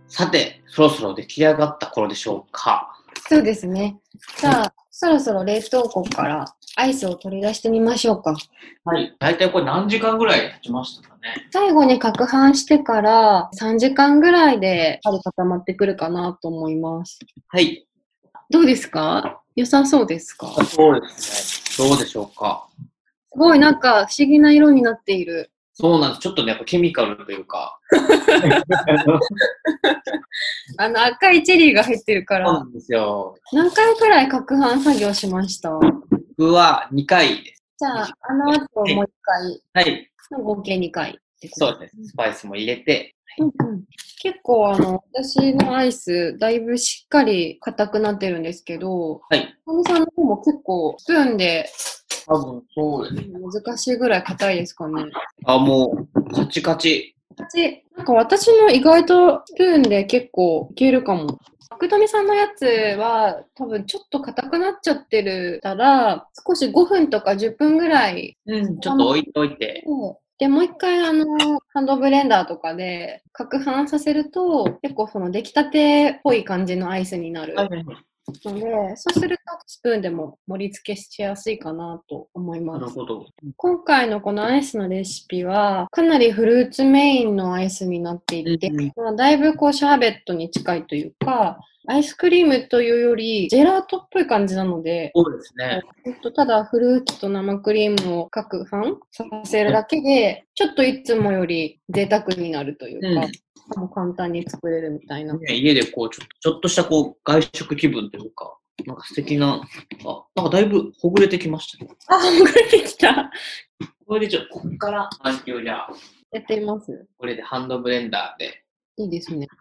さて、そろそろ出来上がった頃でしょうか。 そうですね。じゃあ、そろそろ冷凍庫からアイスを取り出してみましょうか。 はい。だいたいこれ何時間ぐらい経ちましたかね。 最後に攪拌してから3時間ぐらいで固まってくるかなと思います。 はい。 どうですか？良さそうですか？ そうですね。どうでしょうか。 すごいなんか不思議な色になっている。 そうなんです。ちょっとね、やっぱケミカルというか。 赤いチェリーが入ってるかそうら。 なんですよ。 何回くらい攪拌作業しました？ 僕は2回です。 じゃあ、後もう1回。 はい。 合計2回ってことそうですね。スパイスも入れて。 うんうん、結構私のアイス、だいぶしっかり硬くなってるんですけど、 はい。 トミさんの方も結構スプーンで多分そうです。 難しいぐらい硬いですかね。 あ、もう、カチカチ。 なんか私の意外とスプーンで結構いけるかも。福富さんのやつは多分ちょっと硬くなっちゃってるから、少し5分とか10分ぐらいちょっと置いといて。 で、もう一回ハンドブレンダーとかで攪拌させると、結構その出来たてっぽい感じのアイスになるはいはいはい。 ので、そうするとスプーンでも盛り付けしやすいかなと思います。 なるほど。 今回のこのアイスのレシピは、かなりフルーツメインのアイスになっていて、だいぶこうシャーベットに近いというか、アイスクリームというより、ジェラートっぽい感じなので、 そうですね。 ただフルーツと生クリームを攪拌させるだけで、ちょっといつもより贅沢になるというか、もう簡単に作れるみたいな。 家でこう、ちょっとしたこう、外食気分というか、なんか素敵な、なんかだいぶほぐれてきましたね。 あ、ほぐれてきた。 これでちょっと、こっから半球じゃあ、 やってみます。 これでハンドブレンダーで。 いいですね。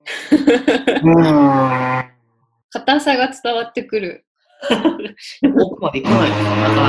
硬さが伝わってくる。 奥までいかないですよ、なか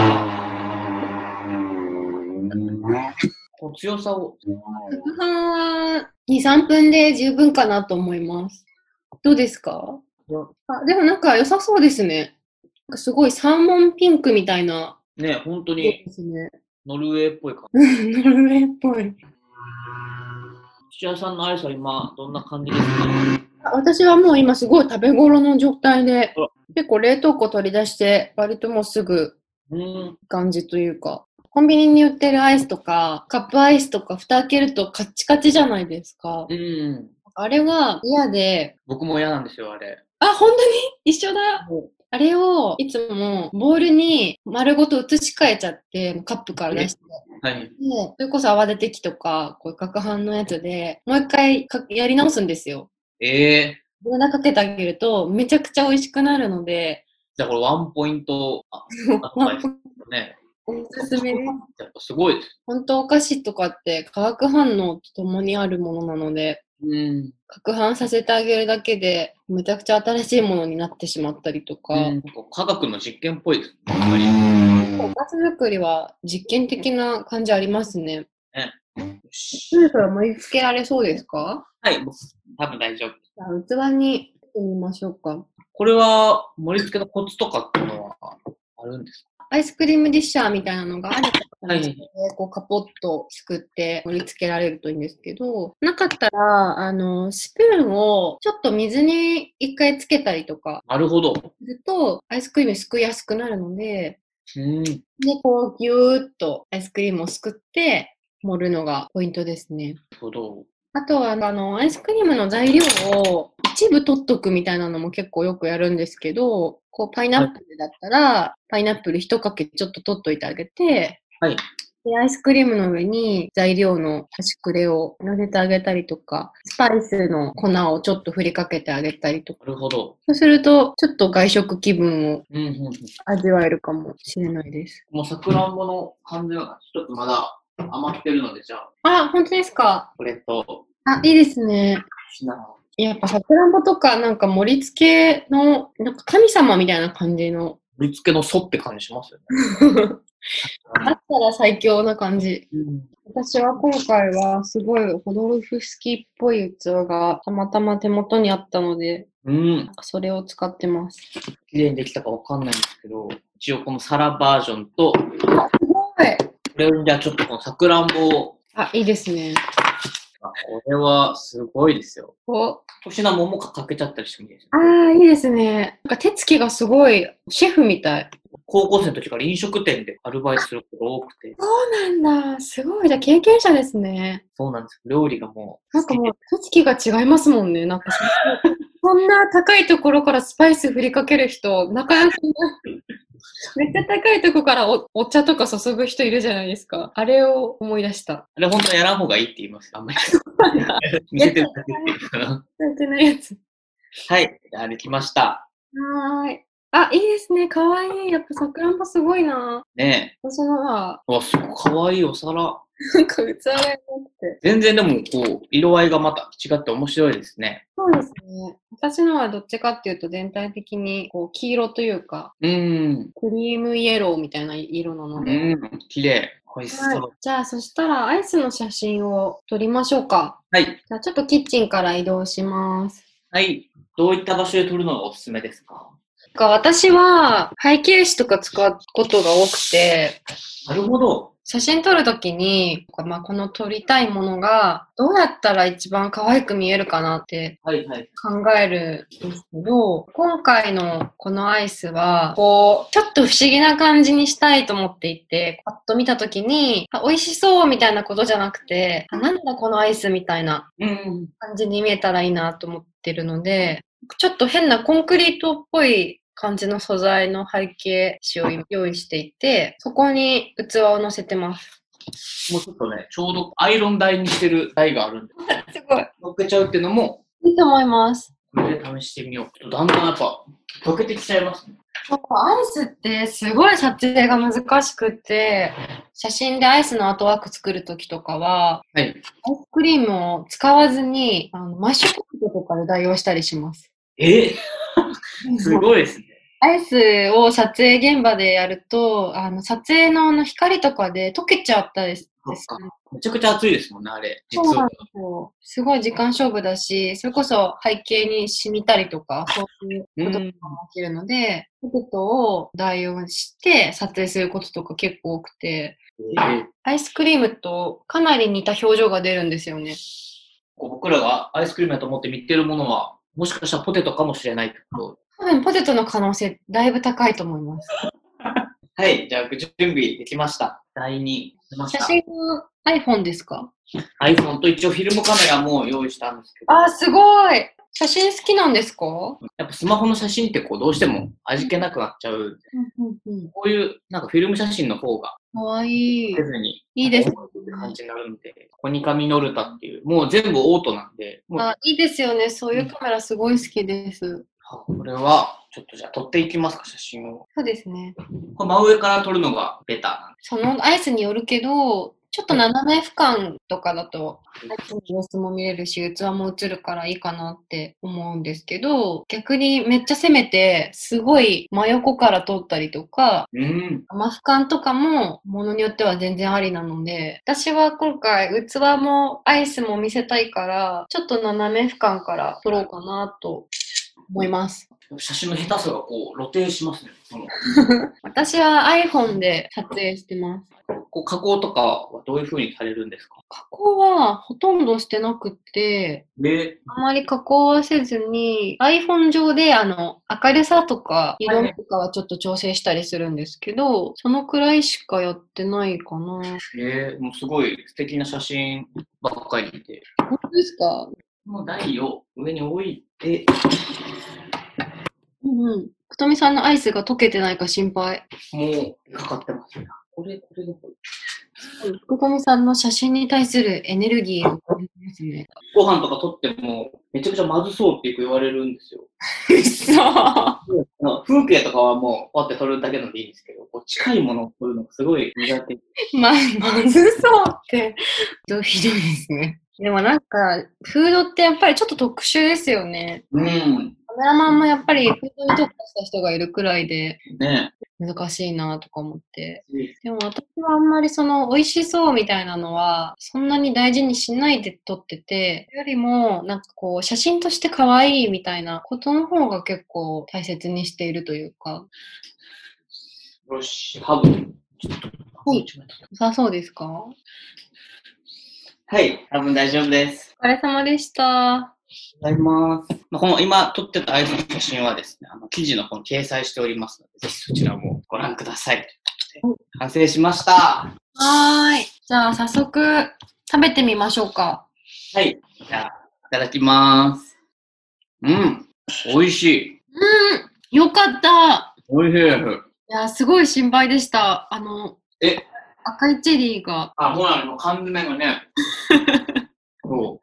なか。こう強さを。 攪拌は2、3分で十分かなと思います。どうですか？でもなんか良さそうですね。なんかすごいサーモンピンクみたいな。 ね、本当そうにですね。 ノルウェーっぽい感ノルウェーっぽい。 じ。土屋さんのアイスは今、どんな感じですか？ 私はもう今すごい食べ頃の状態で、結構冷凍庫取り出して、割ともうすぐ感じというか、コンビニに売ってるアイスとか、カップアイスとか、蓋開けるとカッチカチじゃないですか。あれは嫌で。 僕も嫌なんですよ、あれ。 あ、本当に一緒だ。あれをいつもボウルに丸ごと移し替えちゃって、カップから出して。 はい。 で、それこそ泡立て器とか、こういう攪拌のやつで、もう一回やり直すんですよ。ボウルかけてあげると、めちゃくちゃ美味しくなるので。 じゃあこれワンポイント、ね。 おすすめです。 やっぱすごいです。 本当お菓子とかって化学反応とともにあるものなので、攪拌させてあげるだけで、めちゃくちゃ新しいものになってしまったりとか。 科学の実験っぽいですね。お菓子作りは実験的な感じありますね。そろそろ盛り付けられそうですか？ はい、多分大丈夫。 じゃあ器に入れてみましょうか。 これは盛り付けのコツとかっていうのはあるんですか？ アイスクリームディッシャーみたいなのがあれば、こうカポッとすくって盛り付けられるといいんですけど、なかったら、スプーンをちょっと水に一回つけたりとか。 なるほど。 すると、アイスクリームすくいやすくなるので、 で、 こうギューッとアイスクリームをすくって盛るのがポイントですね。 なるほど。 あとは、アイスクリームの材料を一部取っとくみたいなのも結構よくやるんですけど、こう、パイナップルだったら、パイナップル一かけちょっと取っといてあげて、で、アイスクリームの上に材料の端くれを乗せてあげたりとか、スパイスの粉をちょっと振りかけてあげたりとか。 なるほど。 そうすると、ちょっと外食気分を味わえるかもしれないです。 もうさくらんぼの感じはちょっとまだ余ってるので、じゃあ。 あ、本当ですか？ これと。 あ、いいですね。やっぱさくらんぼとかなんか盛り付けの、なんか神様みたいな感じの。 盛り付けの素って感じしますよね。 あったら最強な感じ。私は今回はすごいホドルフスキーっぽい器がたまたま手元にあったので、それを使ってます。 綺麗にできたかわかんないんですけど、一応この皿バージョンと、 すごい。 これをじゃあちょっとこのさくらんぼを。 あ、いいですね。 これはすごいですよ。 お、 シナモンもかけちゃったりしてもいいですよ。 ああ、いいですね。なんか手つきがすごい、シェフみたい。 高校生の時から飲食店でアルバイトすることが多くて。 そうなんだ。すごい。じゃあ経験者ですね。 そうなんです。料理がもうなんかもう好きで。 手つきが違いますもんね。なんかそんな高いところからスパイス振りかける人、なかなかいない。めっちゃ高いところからお茶とか注ぐ人いるじゃないですか。あれを思い出した。 あれ本当はやらん方がいいって言います。あんまり。見せてるだけっていうかな。 やってないやつ。 はい。じゃあ、できました。 はーい。あ、いいですね。かわいい。やっぱさくらんぼすごいな。 ね私のは、 え。わ、すごいかわいいお皿。 なんか器が良くて。 全然でも、こう、色合いがまた違って面白いですね。 そうですね。私のはどっちかっていうと全体的にこう黄色というか、 うーん。 クリームイエローみたいな色なので。 綺麗。美味しはい。 そう。 じゃあ、そしたらアイスの写真を撮りましょうか。 はい。 じゃあ、ちょっとキッチンから移動します。 はい。どういった場所で撮るのがおすすめですか？ 私は背景紙とか使うことが多くて、 なるほど。 写真撮るときに、この撮りたいものがどうやったら一番可愛く見えるかなってはいはい。 考えるんですけど、今回のこのアイスは、こう、ちょっと不思議な感じにしたいと思っていて、パッと見たときに、美味しそうみたいなことじゃなくて、なんだこのアイスみたいなうん。 感じに見えたらいいなと思ってるので、ちょっと変なコンクリートっぽい感じの素材の背景紙を用意していて、そこに器を乗せてます。 もうちょっとね、ちょうどアイロン台にしてる台があるんで、 すごい。 乗っけちゃうっていうのも、 いいと思います。 これで試してみよう。ちょっとだんだんやっぱ、溶けてきちゃいますね。 アイスってすごい撮影が難しくって、写真でアイスのアートワーク作るときとかは、 はい。 アイスクリームを使わずに、マッシュポテトとかで代用したりします。 えすごいですね。 アイスを撮影現場でやると、撮影の光とかで溶けちゃったりすそっか。めちゃくちゃ熱いですもんね、あれ。実は。 そうなんですよ。すごい時間勝負だし、それこそ背景に染みたりとか、そういうこととかも起きるので、ポテトを代用して撮影することとか結構多くて、アイスクリームとかなり似た表情が出るんですよね。 こう僕らがアイスクリームだと思って見てるものは、もしかしたらポテトかもしれないってこと。 多分ポテトの可能性だいぶ高いと思います。 はい、じゃあ準備できました。台に出ました。 写真は iPhone ですか？ iPhone と一応フィルムカメラも用意したんですけど、 あ、すごい。写真好きなんですか？ やっぱスマホの写真ってこうどうしても味気なくなっちゃうんで、こういうなんかフィルム写真の方がかわいい。 せずに、 いいですね。 って感じになるんで、コニカミノルタっていう、もう全部オートなんで、もういいですよね。そういうカメラすごい好きです。 これは、ちょっとじゃあ撮っていきますか、写真を。 そうですね。 これ真上から撮るのがベタなんで。 そのアイスによるけど、ちょっと斜め俯瞰とかだと、アイスの様子も見れるし、器も映るからいいかなって思うんですけど、逆にめっちゃ攻めて、すごい真横から撮ったりとか、真俯瞰とかも、ものによっては全然ありなので、私は今回器もアイスも見せたいから、ちょっと斜め俯瞰から撮ろうかなと思います。 写真の下手さがこう露呈しますね。 私は iPhone で撮影してます。 こう加工とかはどういう風にされるんですか？ 加工はほとんどしてなくって、あまり加工はせずに、iPhone 上で明るさとか色味とかはちょっと調整したりするんですけど、そのくらいしかやってないかな。 もうすごい素敵な写真ばっかりで。 本当ですか？ この台を上に置いて、 うんうん。くとみさんのアイスが溶けてないか心配。 もうかかってますね。これどこ？ 福富さんの写真に対するエネルギーを感じますね。 ご飯とか撮ってもめちゃくちゃまずそうってよく言われるんですよ。風景とかはもうパって撮るだけなんでいいんですけど、こう近いものを撮るのがすごい苦手。 まずそうってひどいですね。でもなんか、フードってやっぱりちょっと特殊ですよね。カメラマンもやっぱりフードに特化した人がいるくらいで、難しいなとか思って。でも私はあんまりその美味しそうみたいなのはそんなに大事にしないで撮ってて、よりもなんかこう写真として可愛いみたいなことの方が結構大切にしているというか。 よし、多分。 はい。良さそうですか？ はい、多分大丈夫です。 お疲れ様でした。 ありがとうございます。この今撮ってたアイスの写真はですね、記事の方に掲載しておりますので、ぜひそちらもご覧ください。完成しました。 はーい。じゃあ早速食べてみましょうか。 はい。じゃあ、いただきます。美味しい。 よかった。 美味しいです。 いや、すごい心配でした。赤いチェリーが。 そうなの、缶詰がね。そう。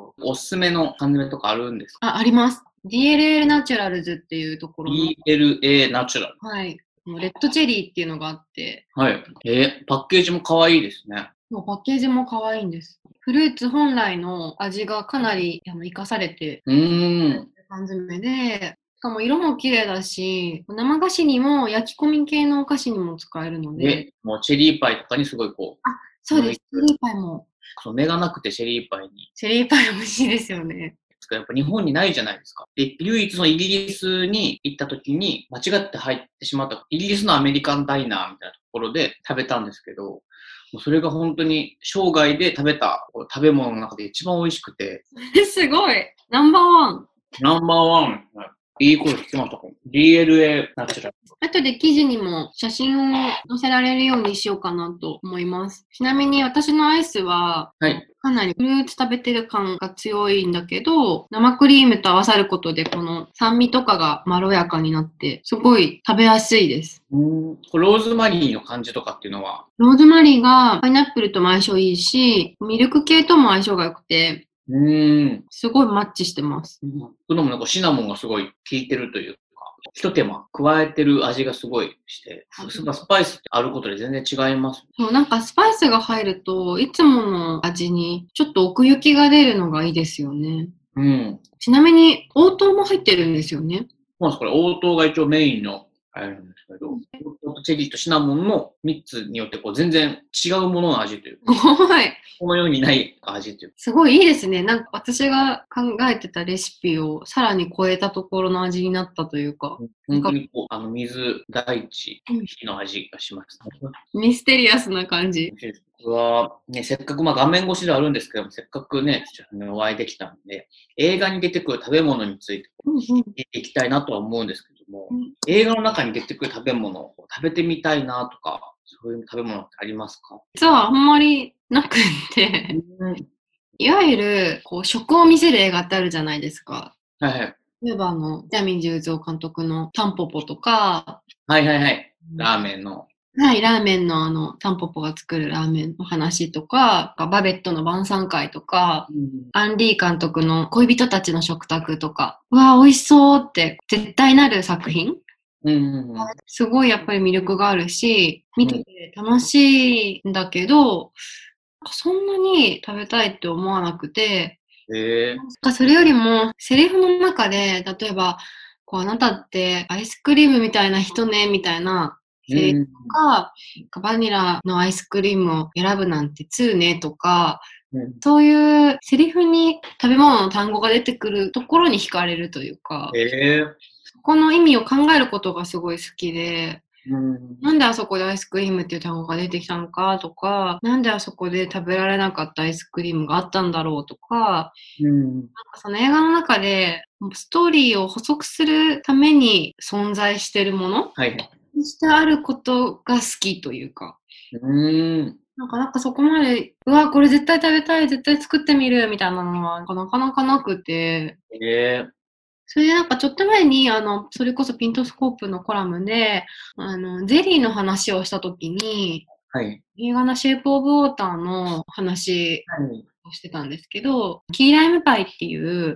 おすすめの缶詰とかあるんですか？ あります。DLA ナチュラルズっていうところの。 DLA ナチュラル。 はい。レッドチェリーっていうのがあって。 はい。パッケージも可愛いですね。 パッケージも可愛いんです。フルーツ本来の味がかなり生かされて缶詰で、しかも色も綺麗だし、生菓子にも焼き込み系のお菓子にも使えるので。 もうチェリーパイとかにすごいそうです。チェリーパイも。 目がなくてチェリーパイに。 チェリーパイ美味しいですよね。 やっぱ日本にないじゃないですか。で、唯一そのイギリスに行った時に間違って入ってしまった、イギリスのアメリカンダイナーみたいなところで食べたんですけど、もうそれが本当に生涯で食べた食べ物の中で一番美味しくて。 すごい。ナンバーワン。 ナンバーワン。いい声聞きましたか？ DLA ナチュラル。 後で記事にも写真を載せられるようにしようかなと思います。ちなみに私のアイスは、かなりフルーツ食べてる感が強いんだけど、生クリームと合わさることでこの酸味とかがまろやかになって、すごい食べやすいです。 ローズマリーの感じとかっていうのは？ ローズマリーがパイナップルとも相性いいし、ミルク系とも相性が良くて、すごいマッチしてます。 でもなんかシナモンがすごい効いてるというか、一手間加えてる味がすごいして、スパイスってあることで全然違います。 そう、なんかスパイスが入ると、いつもの味にちょっと奥行きが出るのがいいですよね。ちなみに、応答も入ってるんですよね。 そうです。これ、応答が一応メインのあれなんですけど、チェリーとシナモンの3つによって全然違うものの味というか、この世にない味というか。 すごいいいですね。なんか私が考えてたレシピをさらに超えたところの味になったというか。 本当に水、大地、火の味がします。 ミステリアスな感じ。 これは、ね、せっかく画面越しではあるんですけども、せっかくね、お会いできたんで、映画に出てくる食べ物について聞いていきたいなとは思うんですけども、映画の中に出てくる食べ物を食べてみたいなとか、そういう食べ物ってありますか？ 実はあんまりなくて、いわゆる食を見せる映画ってあるじゃないですか。例えばジャミン十三監督のタンポポとか、 ラーメンの。 ラーメンのタンポポが作るラーメンの話とか、バベットの晩餐会とか、アンリー監督の恋人たちの食卓とか、うわ、美味しそうって絶対なる作品。すごいやっぱり魅力があるし、見てて楽しいんだけど、そんなに食べたいって思わなくて、それよりもセリフの中で、例えば、あなたってアイスクリームみたいな人ね、みたいなセリフとか、バニラのアイスクリームを選ぶなんて通ねとか、そういうセリフに食べ物の単語が出てくるところに惹かれるというか、そこの意味を考えることがすごい好きで、なんであそこでアイスクリームっていう単語が出てきたのかとか、なんであそこで食べられなかったアイスクリームがあったんだろうとか、なんかその映画の中でストーリーを補足するために存在しているもの、にしてあることが好きというか。なんかそこまで、うわ、これ絶対食べたい、絶対作ってみるみたいなのはなかなかなくて。それでなんかちょっと前に、それこそピントスコープのコラムで、ゼリーの話をしたときに、映画のシェイプオブウォーターの話をしてたんですけど、キーライムパイっていう、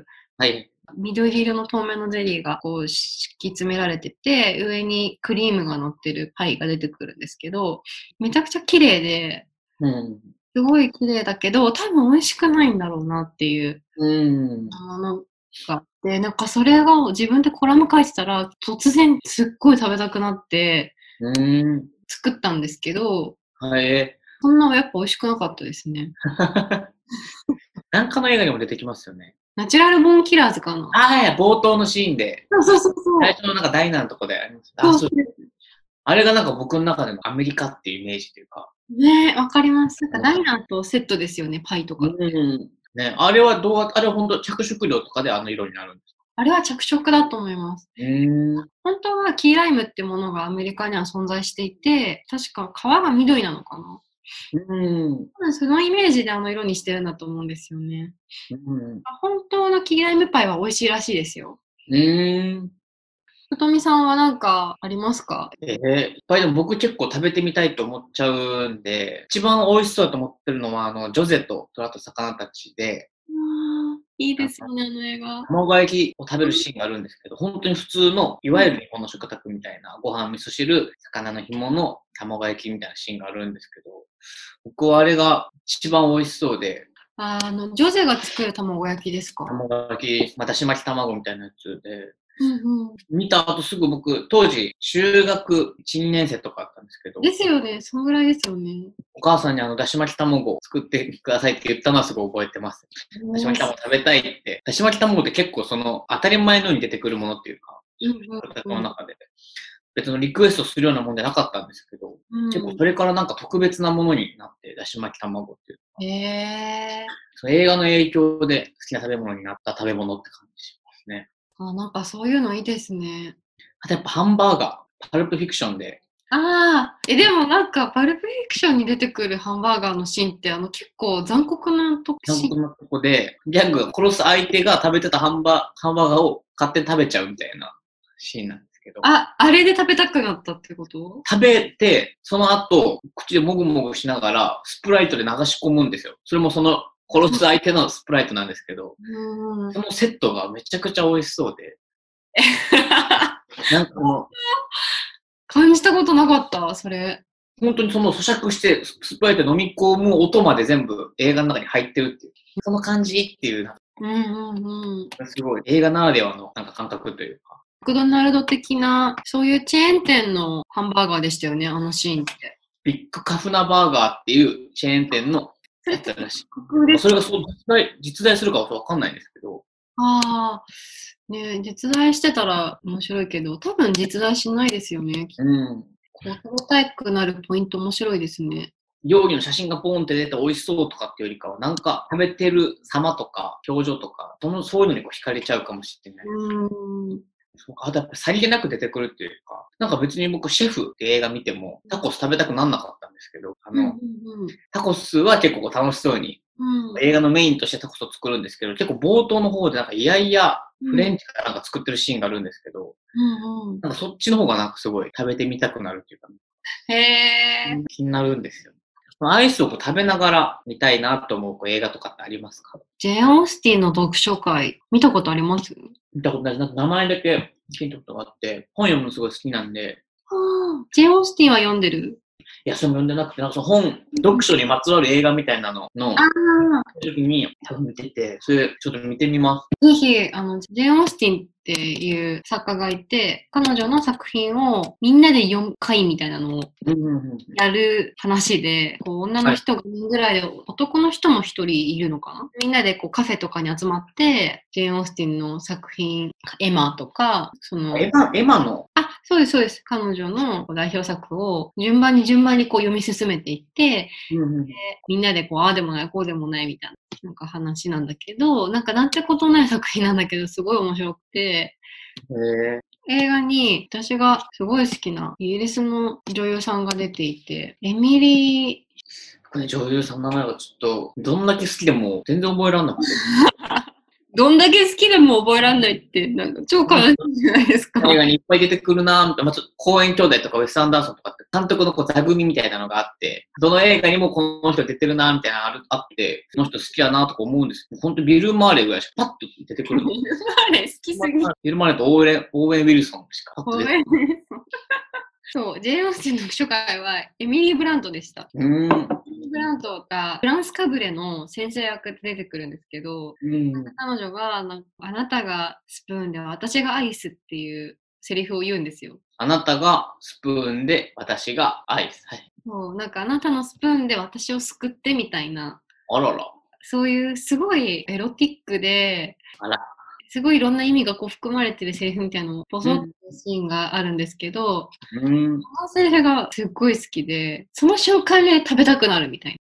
緑色の透明のゼリーが敷き詰められてて、上にクリームが乗ってるパイが出てくるんですけど、めちゃくちゃ綺麗で、すごい綺麗だけど、多分美味しくないんだろうなっていうものがあって、なんかそれが自分でコラム書いてたら、突然すっごい食べたくなって、作ったんですけど、そんなやっぱ美味しくなかったですね。 なんかの映画にも出てきますよね。 ナチュラルボーンキラーズかな。 冒頭のシーンで。 そう。 最初のなんかダイナーのとこであります。あれがなんか僕の中でのアメリカっていうイメージというか。 ねえ、わかります。なんかダイナーとセットですよね、パイとか。 ね、あれはあれは本当着色料とかであの色になるんですか？ あれは着色だと思います。 本当はキーライムってものがアメリカには存在していて、確か皮が緑なのかな。そのイメージであの色にしてるんだと思うんですよね。本当のキーライムパイは美味しいらしいですよ。ふとみさんは何かありますか？ いっぱいでも僕結構食べてみたいと思っちゃうんで、一番美味しそうだと思ってるのは、ジョゼと虎と魚たちで、 いいですよね、あの映画。 卵焼きを食べるシーンがあるんですけど、本当に普通の、いわゆる日本の食卓みたいな、ご飯、味噌汁、魚の干物、卵焼きみたいなシーンがあるんですけど、僕はあれが一番美味しそうで、 ジョゼが作る卵焼きですか？ 卵焼き、だし巻き卵みたいなやつで、見た後すぐ僕、当時、中学1、2年生とかあったんですけど。 ですよね、そのぐらいですよね。 お母さんにだし巻き卵を作ってくださいって言ったのはすごい覚えてます。だし巻き卵食べたいって。だし巻き卵って結構当たり前のように出てくるものっていうか、私の中で。別のリクエストするようなもんじゃなかったんですけど、結構それからなんか特別なものになって、だし巻き卵っていう。その映画の影響で好きな食べ物になった食べ物って感じしますね。 なんかそういうのいいですね。 あとやっぱハンバーガー、パルプフィクションで。 でもなんかパルプフィクションに出てくるハンバーガーのシーンって結構残酷なとこで、ギャングが殺す相手が食べてたハンバーガーを勝手に食べちゃうみたいなシーンなんですけど。 あれで食べたくなったってこと？ 食べて、その後、口でもぐもぐしながら、スプライトで流し込むんですよ。それもその殺す相手のスプライトなんですけど、そのセットがめちゃくちゃ美味しそうで。なんか感じたことなかった、それ。 本当に咀嚼してスプライト飲み込む音まで全部映画の中に入ってるっていう。その感じっていう、すごい映画ならではのなんか感覚というか。 マクドナルド的な、そういうチェーン店のハンバーガーでしたよね、あのシーンって。 ビッグカフナバーガーっていうチェーン店のやつらしい。それが実在するかはわかんないんですけど。 実在してたら面白いけど、多分実在しないですよね。食べたくなるポイント面白いですね。 料理の写真がポーンって出て美味しそうとかっていうよりかは、なんか食べてる様とか表情とか、そういうのに惹かれちゃうかもしれない。あとやっぱさりげなく出てくるっていうか、なんか別に僕シェフって映画見てもタコス食べたくなんなかったんですけど、タコスは結構楽しそうに、映画のメインとしてタコスを作るんですけど、結構冒頭の方でなんかいやいやフレンチかなんか作ってるシーンがあるんですけど、なんかそっちの方がなんかすごい食べてみたくなるっていうか、気になるんですよ。アイスを食べながら見たいなと思う映画とかってありますか？ ジェーン・オースティンの読書会、見たことあります？ 見たことない。なんか名前だけ聞いたことがあって、本読むのすごい好きなんで。 ジェーン・オースティンは読んでる？ いや、それも読んでなくて、なんかその読書にまつわる映画みたいなの時に多分見てて、それちょっと見てみます。 ぜひ、ジェーン・オースティンっていう作家がいて、彼女の作品をみんなで読む会みたいなのをやる話で、女の人が2ぐらいで、男の人も1人いるのかな？みんなでカフェとかに集まって、ジェーン・オースティンの作品、エマとか、 エマの？ そうです、そうです。彼女の代表作を順番に読み進めていって、みんなでああでもない、こうでもないみたいな、なんか話なんだけど、なんてことない作品なんだけど、すごい面白くて、映画に私がすごい好きなイギリスの女優さんが出ていて、エミリー、 女優さんの名前がちょっと、どんだけ好きでも全然覚えらんなくて。 どんだけ好きでも覚えらんないって、なんか超悲しいじゃないですか。 映画にいっぱい出てくるなぁ、みたいな。公園兄弟とかウェス・アンダーソンとかって監督の座組みたいなのがあって、どの映画にもこの人出てるなぁ、みたいなのがあって、その人好きやなとか思うんですけど、ほんとビル・マーレぐらいしかパッと出てくる。 ビル・マーレ好きすぎ。 ビル・マーレとオーウェン・ウィルソンしかパッと出てくる。 そう、ジェーン・オースティンの読書会はエミリー・ブラントでした。エミリー・ブラントがフランスかぶれの先生役で出てくるんですけど、彼女があなたがスプーンで私がアイスっていうセリフを言うんですよ。 あなたがスプーンで私がアイス。はい。 そう、なんかあなたのスプーンで私を救ってみたいな。 あらら。 そういうすごいエロティックで、すごいいろんな意味が含まれてるセリフみたいなのポソッとシーンがあるんですけど、そのセリフがすっごい好きで、その瞬間で食べたくなるみたいな。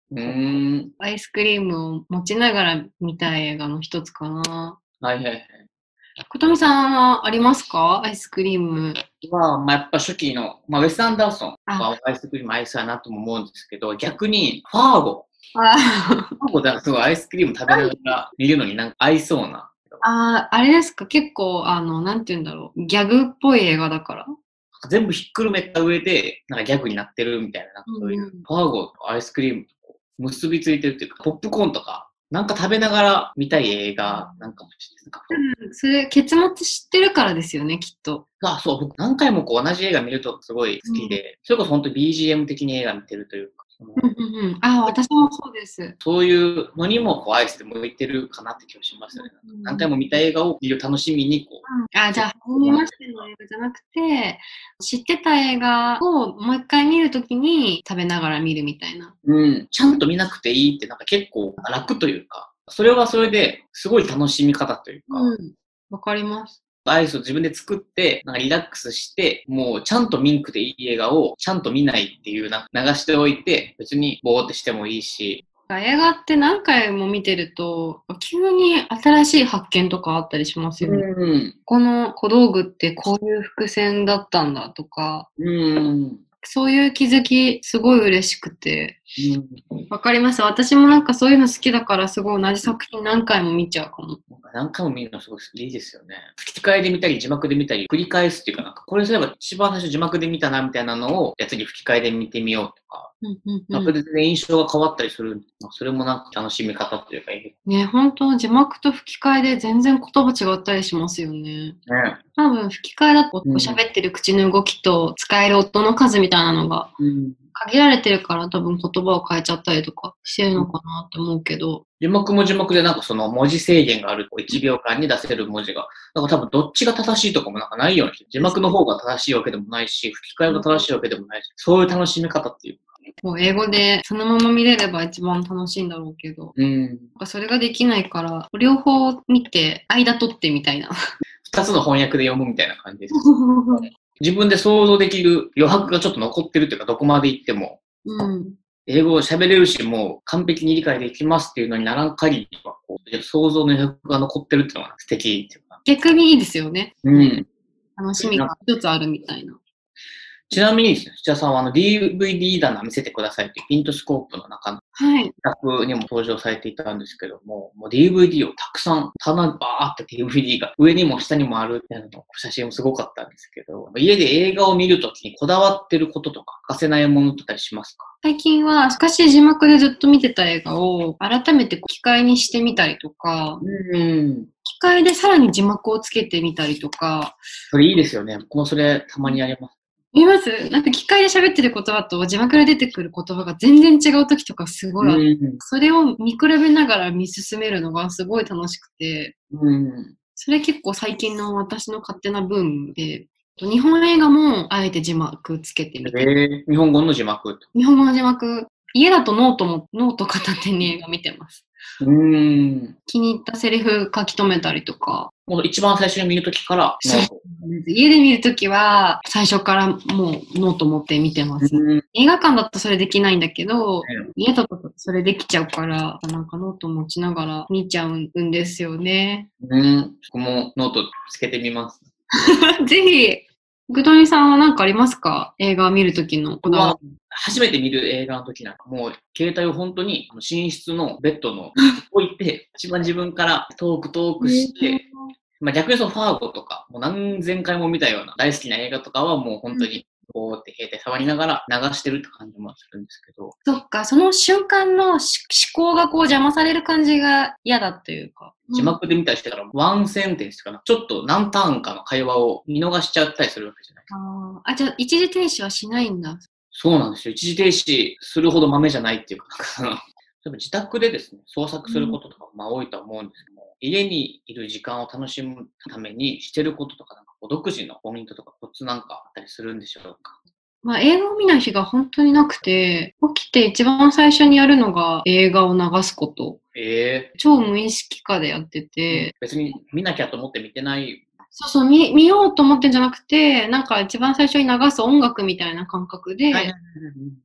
アイスクリームを持ちながら見たい映画の一つかな。 はいはいはい。 ことみさんはありますか？アイスクリーム。 まあやっぱ初期の、ウェス・アンダーソンはアイスクリーム合いそうやなとも思うんですけど、逆にファーゴ。ファーゴだとすごいアイスクリーム食べながら見るのになんか合いそうな。 あれですか？結構、なんて言うんだろう。ギャグっぽい映画だから。 全部ひっくるめた上で、なんかギャグになってるみたいな、なんかそういう、ファーゴとアイスクリームと結びついてるっていうか、ポップコーンとか、なんか食べながら見たい映画なんかもしれない。 それ、結末知ってるからですよね、きっと。 そう、僕何回もこう同じ映画見るとすごい好きで、それこそ本当に BGM 的に映画見てるというか、 私もそうです。 そういうのにもこうアイスで向いてるかなって気がしますよね。何回も見た映画を見る楽しみにこう。 じゃあ、初めましての映画じゃなくて、知ってた映画をもう一回見るときに食べながら見るみたいな。 ちゃんと見なくていいってなんか結構楽というか、それはそれですごい楽しみ方というか。 わかります。 アイスを自分で作って、なんかリラックスして、もうちゃんと見んくていい映画をちゃんと見ないっていうな、流しておいて、別にぼーってしてもいいし。 映画って何回も見てると、急に新しい発見とかあったりしますよね。この小道具ってこういう伏線だったんだとか。そういう気づき、すごい嬉しくて。わかります。私もなんかそういうの好きだから、すごい同じ作品何回も見ちゃうかも。 何回も見るのすごいいいですよね。吹き替えで見たり、字幕で見たり、繰り返すっていうか、なんかこれすれば一番最初字幕で見たなみたいなのを、じゃあ次吹き替えで見てみようとか。それで印象が変わったりする。それもなんか楽しみ方っていうか。 ね、本当字幕と吹き替えで全然言葉違ったりしますよね。多分吹き替えだと喋ってる口の動きと使える音の数みたいなのが限られてるから多分言葉を変えちゃったりとかしてるのかなって思うけど。 字幕も字幕でなんかその文字制限がある1秒間に出せる文字が。なんか多分どっちが正しいとかもなんかないように。字幕の方が正しいわけでもないし、吹き替えが正しいわけでもないし、そういう楽しみ方っていうか。 もう英語でそのまま見れれば一番楽しいんだろうけど、それができないから、両方見て、間取ってみたいな。 2つの翻訳で読むみたいな感じです。自分で想像できる余白がちょっと残ってるっていうか、どこまで行っても。英語を喋れるし、もう完璧に理解できますっていうのにならん限りは、こう想像の余白が残ってるっていうのが素敵っていうか。 逆にいいですよね。楽しみが一つあるみたいな。 ちなみにですね、土屋さんはDVD 棚見せてくださいってピントスコープの中の企画にも登場されていたんですけども、もう DVD をたくさん、棚バーって DVD が上にも下にもあるっていうの写真もすごかったんですけど、家で映画を見るときにこだわってることとか欠かせないものだったりしますか？ 最近は昔字幕でずっと見てた映画を改めて機械にしてみたりとか、機械でさらに字幕をつけてみたりとか。 それいいですよね。僕もそれたまにやります。 見ます？なんか機械で喋ってる言葉と字幕で出てくる言葉が全然違う時とかすごいある。それを見比べながら見進めるのがすごい楽しくて、それ結構最近の私の勝手なブームで、日本映画もあえて字幕つけてみて。 日本語の字幕？ 日本語の字幕。家だとノート片手に映画見てます。気に入ったセリフ書き留めたりとか。 もう一番最初に見るときから家で見るときは最初からもうノート持って見てます。映画館だとそれできないんだけど、家だとそれできちゃうから、なんかノート持ちながら見ちゃうんですよね。 僕もノートつけてみます。 ぜひ。ぐとみさんは何かありますか？映画を見るときのこだわり。 初めて見る映画の時なんかもう携帯を本当に寝室のベッドの置いて一番自分からトークして、逆にそのファーゴとかもう何千回も見たような大好きな映画とかはもう本当にこうって携帯触りながら流してるって感じもするんですけど。 そっか、その瞬間の思考がこう邪魔される感じが嫌だというか。 字幕で見たりしてからワンセンテンスかな。ちょっと何ターンかの会話を見逃しちゃったりするわけじゃない。 じゃあ一時停止はしないんだ。 そうなんですよ。一時停止するほど豆じゃないっていうか、自宅でですね、創作することとか多いと思うんですけども、家にいる時間を楽しむためにしてることとか、なんか独自のポイントとかコツなんかあったりするんでしょうか？ 映画を見ない日が本当になくて、起きて一番最初にやるのが映画を流すこと。超無意識化でやってて。 別に見なきゃと思って見てない。 そう、見ようと思ってんじゃなくて、なんか一番最初に流す音楽みたいな感覚で、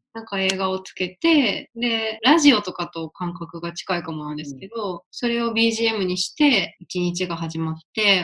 なんか映画をつけて、で、ラジオとかと感覚が近いかもなんですけど、それを BGM にして、一日が始まって、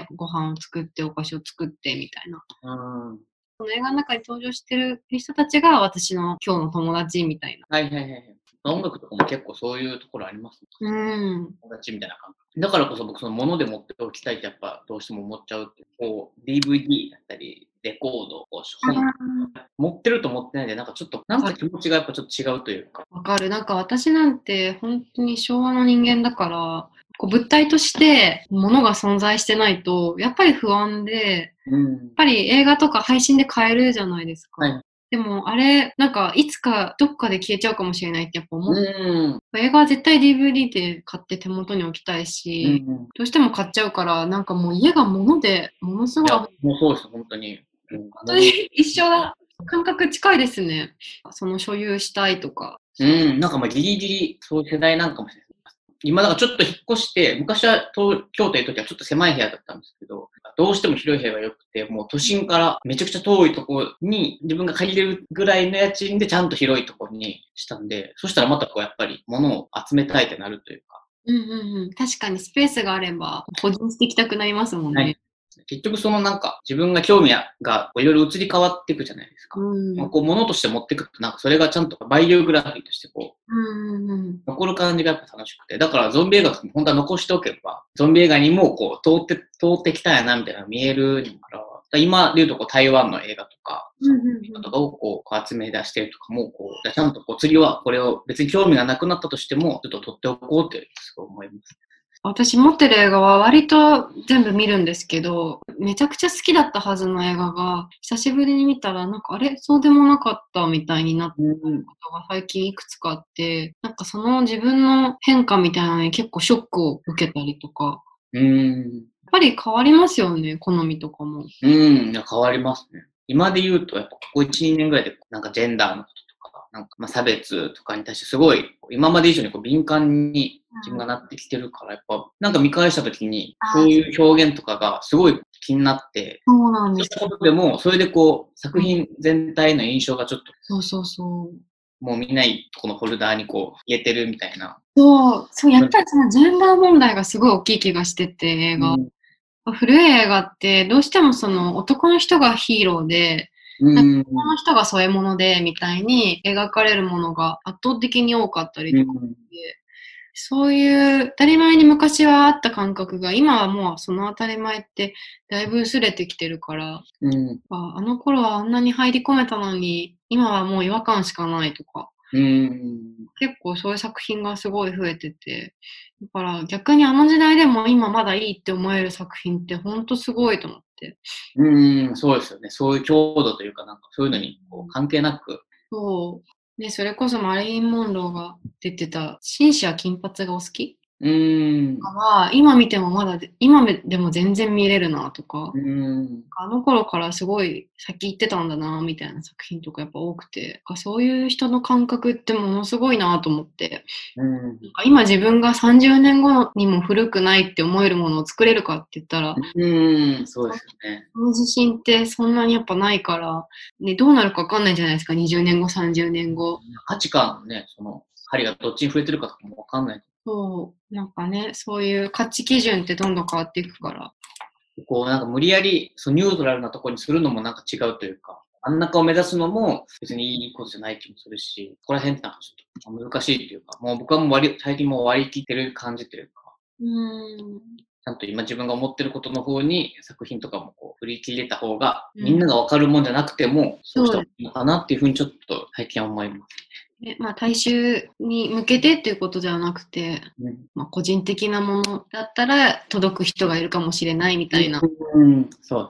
ご飯を作って、お菓子を作ってみたいな。その映画の中に登場してる人たちが私の今日の友達みたいな。 はいはいはい。音楽とかも結構そういうところありますね。友達みたいな感覚。だからこそ僕その物で持っておきたいってやっぱどうしても思っちゃうって。こう DVD だったり、レコード、こう本、持ってると持ってないでなんかちょっと、なんか気持ちがやっぱちょっと違うというか。 わかる。なんか私なんて本当に昭和の人間だから、こう物体として物が存在してないと、やっぱり不安で、やっぱり映画とか配信で買えるじゃないですか。はい、でもあれ、なんかいつかどっかで消えちゃうかもしれないってやっぱ思って、映画は絶対 DVD で買って手元に置きたいし、どうしても買っちゃうから、なんかもう家が物でものすごい。 もうそうです、本当に。 本当に一緒だ。感覚近いですね。その所有したいとか。 なんかまあギリギリそういう世代なんかもしれない。今だからちょっと引っ越して、昔は京都いる時はちょっと狭い部屋だったんですけど、どうしても広い部屋が良くて、もう都心からめちゃくちゃ遠いところに自分が借りれるぐらいの家賃でちゃんと広いところにしたんで、そしたらまたこうやっぱり物を集めたいってなるというか。 確かにスペースがあれば保存していきたくなりますもんね。はい、 結局そのなんか自分が興味がいろいろ移り変わっていくじゃないですか。こう物として持っていくとなんかそれがちゃんとバイオグラフィーとしてこう、残る感じがやっぱ楽しくて。だからゾンビ映画とかも本当は残しておけば、ゾンビ映画にもこう通ってきたんやなみたいなのが見えるから、今で言うとこう台湾の映画とか、とかをこう集め出してるとかも、こうちゃんとこう次はこれを別に興味がなくなったとしても、ちょっと撮っておこうってすごい思います。 私持ってる映画は割と全部見るんですけど、めちゃくちゃ好きだったはずの映画が、久しぶりに見たら、なんかあれそうでもなかったみたいになったことが最近いくつかあって、なんかその自分の変化みたいなのに結構ショックを受けたりとか。やっぱり変わりますよね、好みとかも。 変わりますね。今で言うと、やっぱここ1、2年ぐらいで、なんかジェンダーのこととか、なんかまあ差別とかに対してすごい、今まで以上にこう敏感に自分がなってきてるから、やっぱ、なんか見返した時に、そういう表現とかがすごい気になって、 そうなんです。 そういうことでも、それでこう、作品全体の印象がちょっと、もう見ないとこのフォルダーにこう、入れてるみたいな。 そう、やっぱりそのジェンダー問題がすごい大きい気がしてて、映画。古い映画ってどうしてもその男の人がヒーローで、女の人が添え物でみたいに描かれるものが圧倒的に多かったりとかして、そういう当たり前に昔はあった感覚が今はもうその当たり前ってだいぶ薄れてきてるから、あの頃はあんなに入り込めたのに今はもう違和感しかないとか、結構そういう作品がすごい増えてて、だから逆にあの時代でも今まだいいって思える作品ってほんとすごいと思って。 そうですよね。そういう強度というかなんかそういうのにこう関係なく。 そう。で、それこそマリリン・モンローが出てた、紳士は金髪がお好きは、今見てもまだ、今でも全然見れるなとか、あの頃からすごい先行ってたんだなみたいな作品とかやっぱ多くて、そういう人の感覚ってものすごいなと思って、今自分が30年後にも古くないって思えるものを作れるかって言ったら、 そうですよね。 その自信ってそんなにやっぱないから、ね、どうなるかわかんないじゃないですか、20年後、30年後。 価値観のね、その、針がどっちに触れてるかとかもわかんない。 そう、なんかね、そういう価値基準ってどんどん変わっていくから。 こうなんか無理やりそうニュートラルなところにするのもなんか違うというか、真ん中を目指すのも別にいいことじゃない気もするし、ここら辺ってなんかちょっと難しいというか、もう僕はもう最近もう割り切ってる感じというか、ちゃんと今自分が思ってることの方に作品とかもこう振り切れた方が、みんながわかるもんじゃなくても、そうした方がいいのかなっていうふうにちょっと最近は思います。 まあ、大衆に向けてっていうことではなくて、まあ、個人的なものだったら届く人がいるかもしれないみたいな。 そう。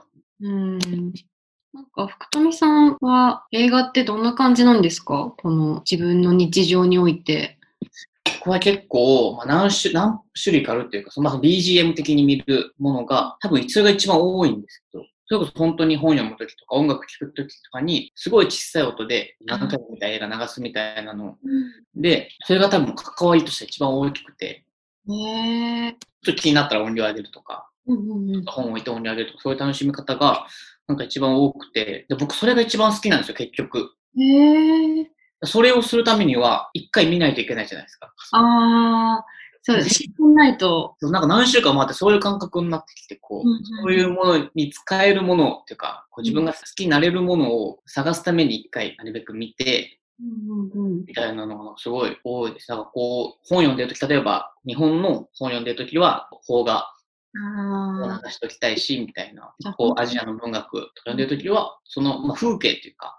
なんか、福富さんは映画ってどんな感じなんですか？この自分の日常において。 ここは結構、まあ、何種類かあるっていうか、まあ、BGM 的に見るものが、多分それが一番多いんですけど、それこそ本当に本読むときとか音楽聴くときとかに、すごい小さい音で何回も見た映画流すみたいなの。で、それが多分関わりとして一番大きくて、ちょっと気になったら音量上げるとか、本を置いて音量上げるとか、そういう楽しみ方がなんか一番多くて、で僕それが一番好きなんですよ、結局。 それをするためには、一回見ないといけないじゃないですか。 ああ、そうです。知らないと。 なんか何週間もあってそういう感覚になってきて、そういうものに使えるものっていうか、自分が好きになれるものを探すために一回なるべく見て、みたいなのがすごい多いです。なんか本読んでるとき、例えば日本の本読んでるときは、邦画を流しときたいし、みたいな。アジアの文学とか読んでるときは、その、風景っていうか、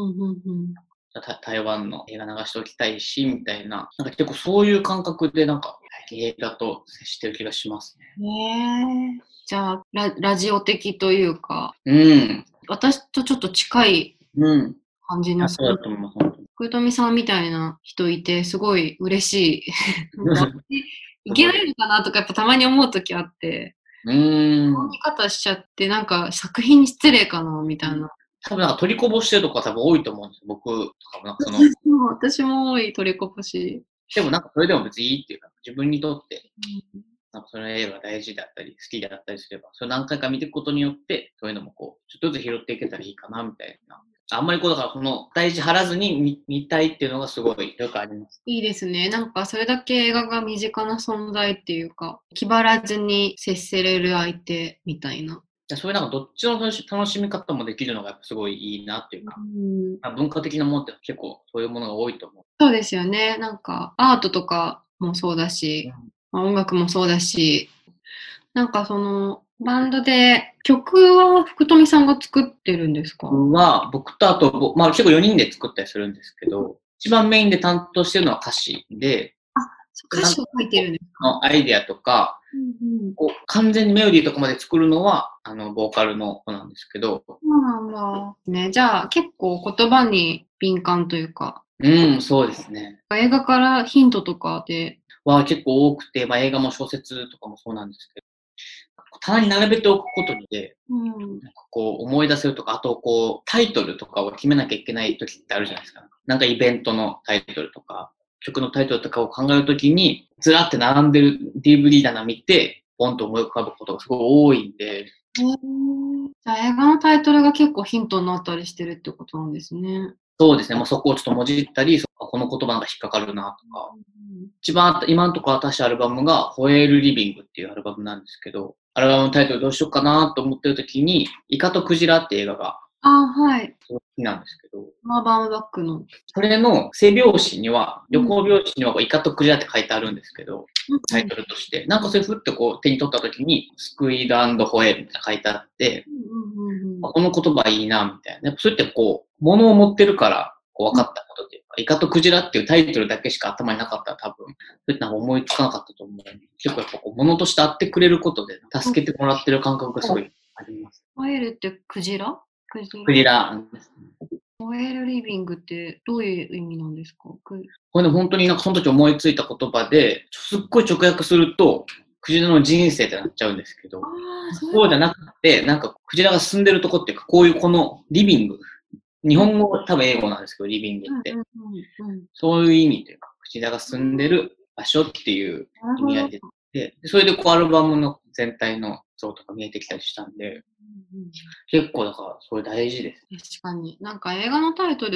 台湾の映画流しておきたいし、みたいな。なんか結構そういう感覚でなんか映画と接してる気がしますね。じゃあラジオ的というか、私とちょっと近い感じの、 そうだと思います。 福富さんみたいな人いて、すごい嬉しい。いけないのかなとかやっぱたまに思うときあって、この見方しちゃって、なんか作品に失礼かな、みたいな。 多分なんか取りこぼしてるとか多分多いと思うんですよ。僕とかなんか私も多い取りこぼし。 でもなんかそれでも別にいいっていうか、自分にとって、なんかその映画が大事だったり、好きだったりすれば、それ何回か見ていくことによって、そういうのもちょっとずつ拾っていけたらいいかな、みたいな。あんまりだから大事張らずに見たいっていうのがすごいよくあります。 いいですね。なんかそれだけ映画が身近な存在っていうか、気張らずに接せれる相手みたいな。 そういうなんかどっちの楽しみ方もできるのがすごいいいなっていうか、文化的なものって結構そういうものが多いと思う。 そうですよね。なんかアートとかもそうだし、音楽もそうだし、なんかバンドで曲は福富さんが作ってるんですか？ 僕とあと、結構4人で作ったりするんですけど、一番メインで担当してるのは歌詞で、 歌詞を書いてるんですか？ アイデアとか、完全にメロディーとかまで作るのは、ボーカルの子なんですけど。 そうなんだ。ね、じゃあ結構言葉に敏感というか。 そうですね。 映画からヒントとかで。 は結構多くて、映画も小説とかもそうなんですけど、棚に並べておくことで、思い出せるとか、あとタイトルとかを決めなきゃいけない時ってあるじゃないですか。なんかイベントのタイトルとか、曲のタイトルとかを考えるときに、ずらって並んでる DVD 棚見て、ポンと思い浮かぶことがすごい多いんで。 じゃあ映画のタイトルが結構ヒントになったりしてるってことなんですね。 そうですね。そこをちょっともじったり、この言葉なんか引っかかるなとか。一番今のところ新しいアルバムが、ホエールリビングっていうアルバムなんですけど、アルバムのタイトルどうしようかなと思ってるときに、イカとクジラって映画が、 はい。 好きなんですけど、 バームバックの。 それの背表紙には、旅行表紙にはイカとクジラって書いてあるんですけど、タイトルとして。なんかそれふって手に取ったときに、スクイード&ホエールって書いてあって、この言葉いいな、みたいな。そうやって物を持ってるから、分かったことっていうか、イカとクジラっていうタイトルだけしか頭になかったら多分、そういったの思いつかなかったと思う。結構やっぱ物としてあってくれることで、助けてもらってる感覚がすごいあります。 ホエールってクジラクジラですね。 ホエールリビングってどういう意味なんですか？これね、本当になんかその時思いついた言葉で、すっごい直訳すると、クジラの人生ってなっちゃうんですけど、そうじゃなくて、なんかクジラが住んでるとこっていうか、こういうこのリビング、日本語多分英語なんですけど、リビングって。そういう意味というか、クジラが住んでる場所っていう意味合いで、それでアルバムの全体の像とか見えてきたりしたんで、結構だからそれ大事です。 確かに。なんか映画のタイトルって、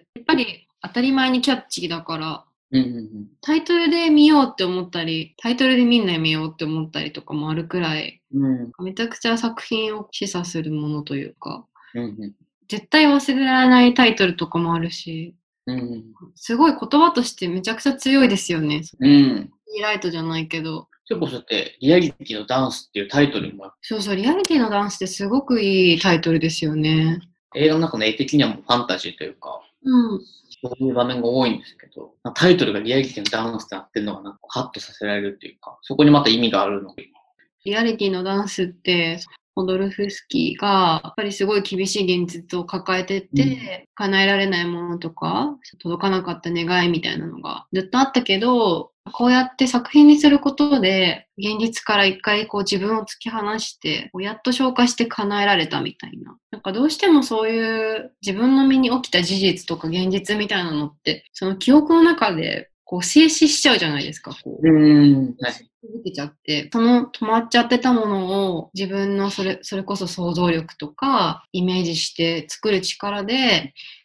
やっぱり当たり前にキャッチーだから、タイトルで見ようって思ったり、タイトルでみんな見ようって思ったりとかもあるくらい、めちゃくちゃ作品を示唆するものというか、絶対忘れられないタイトルとかもあるし、すごい言葉としてめちゃくちゃ強いですよね。ヒーライトじゃないけど。 結構そうやって、リアリティのダンスっていうタイトルも。 そうそう、リアリティのダンスってすごくいいタイトルですよね。 映画の中の絵的にはもうファンタジーというか、そういう場面が多いんですけど、タイトルがリアリティのダンスってなってるのがなんかハッとさせられるっていうか、そこにまた意味があるので。 リアリティのダンスって、ホドルフスキーがやっぱりすごい厳しい現実を抱えてて、叶えられないものとか届かなかった願いみたいなのがずっとあったけど、こうやって作品にすることで現実から一回自分を突き放してやっと消化して叶えられたみたいな。なんかどうしてもそういう自分の身に起きた事実とか現実みたいなのってその記憶の中で静止しちゃうじゃないですか。続けちゃって、止まっちゃってたものを自分のそれこそ想像力とかイメージして作る力で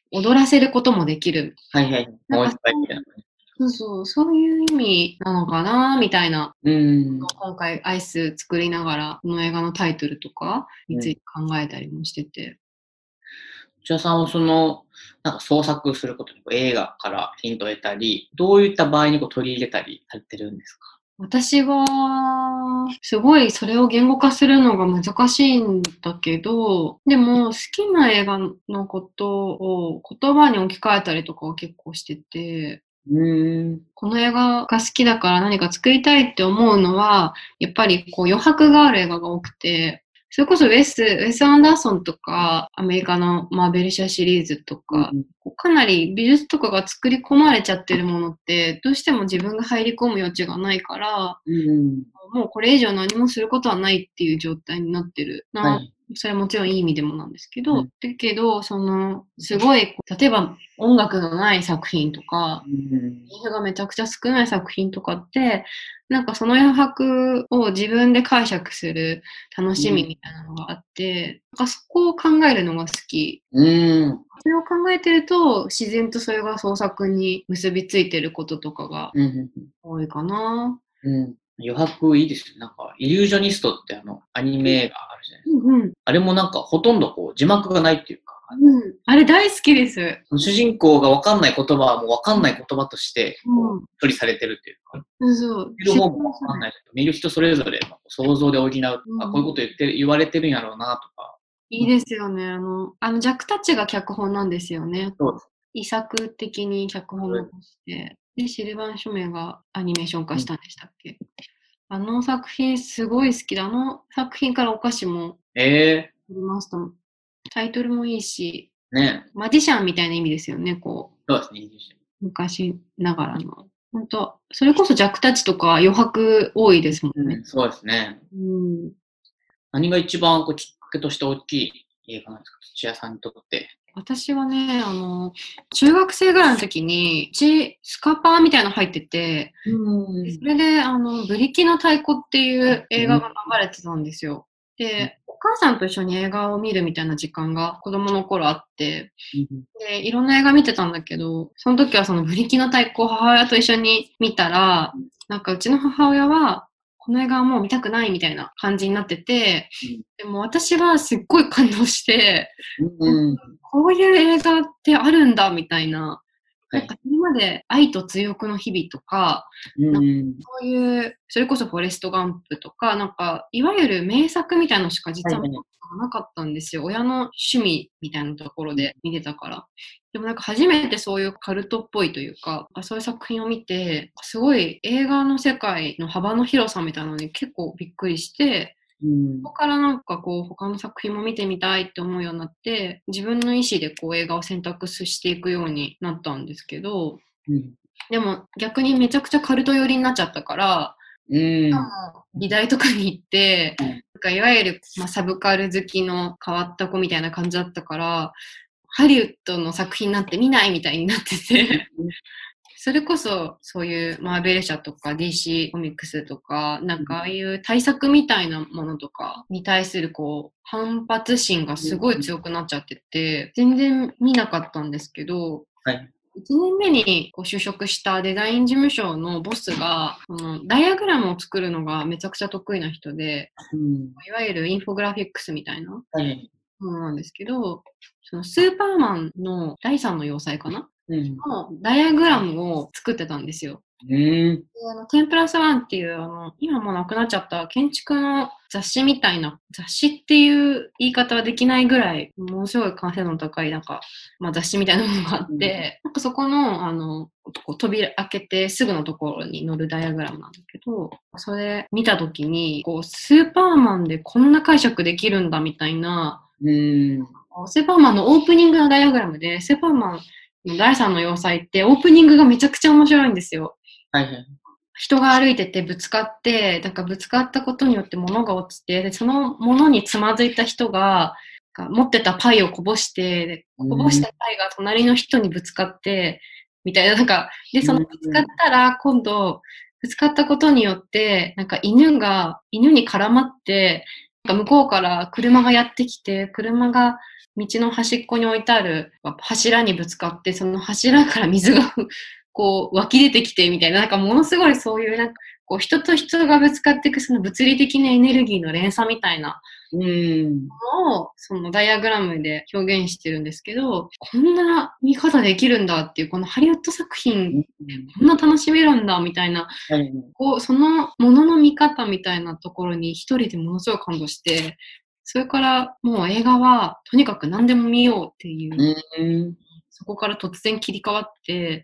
踊らせることもできる。 はいはい。もう一回みたいな。 そうそう、そういう意味なのかな、みたいな。今回アイス作りながら、この映画のタイトルとかについて考えたりもしてて。 内田さんはなんか創作することに映画からヒントを得たり、どういった場合に取り入れたりされてるんですか？ 私は、すごいそれを言語化するのが難しいんだけど、でも好きな映画のことを言葉に置き換えたりとかは結構してて、この映画が好きだから何か作りたいって思うのは、やっぱりこう余白がある映画が多くて、それこそウェス・アンダーソンとか、アメリカのマーベル社シリーズとか、かなり美術とかが作り込まれちゃってるものって、どうしても自分が入り込む余地がないから、もうこれ以上何もすることはないっていう状態になってるな。それはもちろんいい意味でもなんですけど、だけど、すごい、例えば音楽のない作品とか、映画がめちゃくちゃ少ない作品とかって、なんかその余白を自分で解釈する楽しみみたいなのがあって、なんかそこを考えるのが好き。それを考えてると、自然とそれが創作に結びついてることとかが多いかな。 余白いいですね。なんか、イリュージョニストってアニメ映画あるじゃないですか。あれもなんか、ほとんど字幕がないっていうか。 あれ大好きです。 主人公がわかんない言葉はもうわかんない言葉として、処理されてるっていうか。見る方もわかんないけど、見る人それぞれ想像で補う。あ、こういうこと言われてるんやろうなとか。 いいですよね。ジャック・タッチが脚本なんですよね。 そうです。 遺作的に脚本を残して、で、シルバン・ショメがアニメーション化したんでしたっけ？あの作品すごい好きで、あの作品からお菓子も作りました。タイトルもいいし、マジシャンみたいな意味ですよね、こう。 そうですね、 昔ながらの。本当それこそジャック・タッチとか余白多いですもんね。 そうですね。何が一番きっかけとして大きい映画なんですか、土屋さんにとって。 私はね、中学生ぐらいの時に、スカパーみたいなの入ってて、それで、ブリキの太鼓っていう映画が流れてたんですよ。で、お母さんと一緒に映画を見るみたいな時間が子供の頃あって、で、いろんな映画見てたんだけど、その時はそのブリキの太鼓を母親と一緒に見たら、なんかうちの母親は、この映画はもう見たくないみたいな感じになってて、でも私はすっごい感動して、こういう映画ってあるんだみたいな、なんか今まで愛と強くの日々とか、そういう、それこそフォレストガンプとか、なんか、いわゆる名作みたいなのしか実は見たことがなかったんですよ。親の趣味みたいなところで見てたから。でもなんか初めてそういうカルトっぽいというか、そういう作品を見て、すごい映画の世界の幅の広さみたいなのに結構びっくりして、そこからなんかこう他の作品も見てみたいって思うようになって、自分の意思でこう映画を選択していくようになったんですけど、でも逆にめちゃくちゃカルト寄りになっちゃったから、美大とかに行って、なんかいわゆる、サブカル好きの変わった子みたいな感じだったから、ハリウッドの作品なんて見ないみたいになっててそれこそそういうマーベル社とか DC コミックスとか、なんかああいう対策みたいなものとかに対するこう反発心がすごい強くなっちゃってて、全然見なかったんですけど、1年目にこう就職したデザイン事務所のボスが、ダイアグラムを作るのがめちゃくちゃ得意な人で、いわゆるインフォグラフィックスみたいなものなんですけど、そのスーパーマンの第3の要塞かな、のダイアグラムを作ってたんですよ。で10プラス1っていう今もうなくなっちゃった建築の雑誌みたいな、雑誌っていう言い方はできないぐらいものすごい完成度の高いなんか、雑誌みたいなものがあって、なんかそこのこう扉開けてすぐのところに載るダイアグラムなんだけど、それ見た時にこうスーパーマンでこんな解釈できるんだみたいな、スーパーマンのオープニングのダイアグラムで、スーパーマンの第3の要塞ってオープニングがめちゃくちゃ面白いんですよ。人が歩いててぶつかって、なんかぶつかったことによって物が落ちて、でその物につまずいた人が持ってたパイをこぼして、でこぼしたパイが隣の人にぶつかって、みたいな、なんか、で、そのぶつかったら今度、ぶつかったことによって、なんか犬に絡まって、 向こうから車がやってきて、車が道の端っこに置いてある柱にぶつかって、その柱から水がこう湧き出てきてみたいな、なんかものすごいそういうなんかこう人と人がぶつかっていくその物理的なエネルギーの連鎖みたいなのをそのダイアグラムで表現してるんですけど、こんな見方できるんだっていう、このハリウッド作品こんな楽しめるんだみたいな、こうそのものの見方みたいなところに一人でものすごい感動して、それからもう映画はとにかく何でも見ようっていう、そこから突然切り替わって、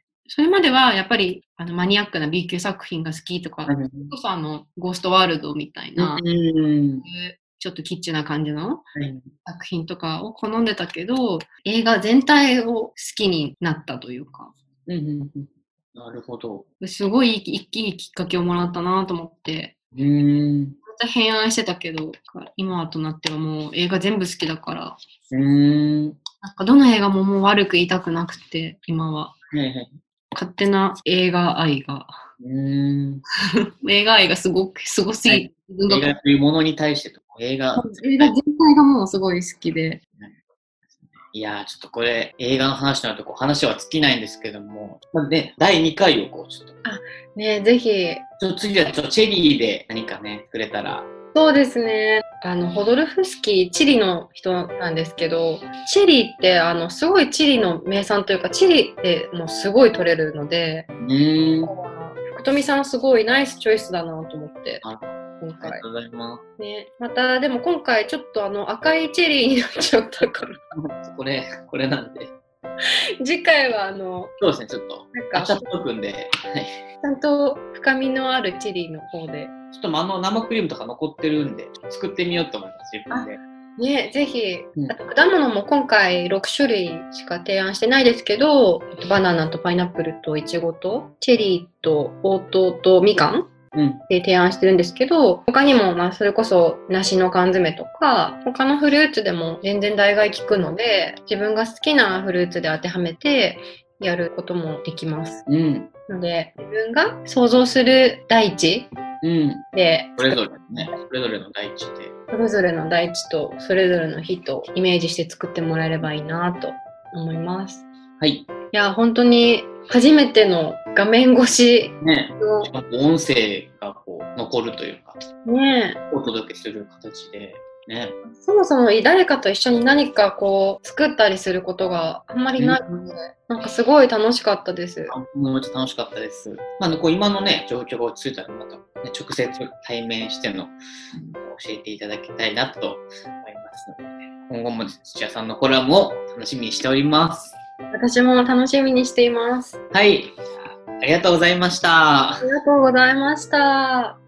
それまではやっぱりマニアックな B 級作品が好きとか、それこそゴーストワールドみたいな、ちょっとキッチンな感じの作品とかを好んでたけど、映画全体を好きになったというか。 なるほど。 すごいいいきっかけをもらったなと思って。また偏愛してたけど、今となってはもう映画全部好きだから。なんかどの映画ももう悪く言いたくなくて、今は。勝手な映画愛が。映画愛がすごすぎて。 映画というものに対して映画全体がもうすごい好きで。 いやー、ちょっとこれ、映画の話になると話は尽きないんですけども、ね、第2回をちょっと。 ね、ぜひ。 次はチェリーで何かね、くれたら。 そうですね。ホドルフスキー、チリの人なんですけど、チリってすごいチリの名産というか、チリってもうすごい取れるので、福富さんすごいナイスチョイスだなと思って。今回。 ありがとうございます。 ね、また、でも今回ちょっと赤いチェリーになっちゃったから。 これなんで。 次回はそうですね、ちょっと。ちゃっとくんで。 ちゃんと深みのあるチェリーの方で。 ちょっと生クリームとか残ってるんで、作ってみようと思います、自分で。 ね、ぜひ。あと果物も今回6種類しか提案してないですけど、バナナとパイナップルとイチゴと、チェリーとオートとみかんで提案してるんですけど、他にもそれこそ梨の缶詰とか、他のフルーツでも全然代替効くので、自分が好きなフルーツで当てはめてやることもできます。ので、自分が想像する大地で、 それぞれね、それぞれの大地で。 それぞれの大地とそれぞれの日とイメージして作ってもらえればいいなと思います。 はい。 いや、本当に初めての画面越しの音声が残るというか、お届けする形で、 そもそも誰かと一緒に何か作ったりすることがあんまりないので、なんかすごい楽しかったです。 めっちゃ楽しかったです。今のね、状況が落ち着いたらまた、直接対面しての教えていただきたいなと思いますので、今後も土屋さんのコラムを楽しみにしております。 私も楽しみにしています。 はい。ありがとうございました。 ありがとうございました。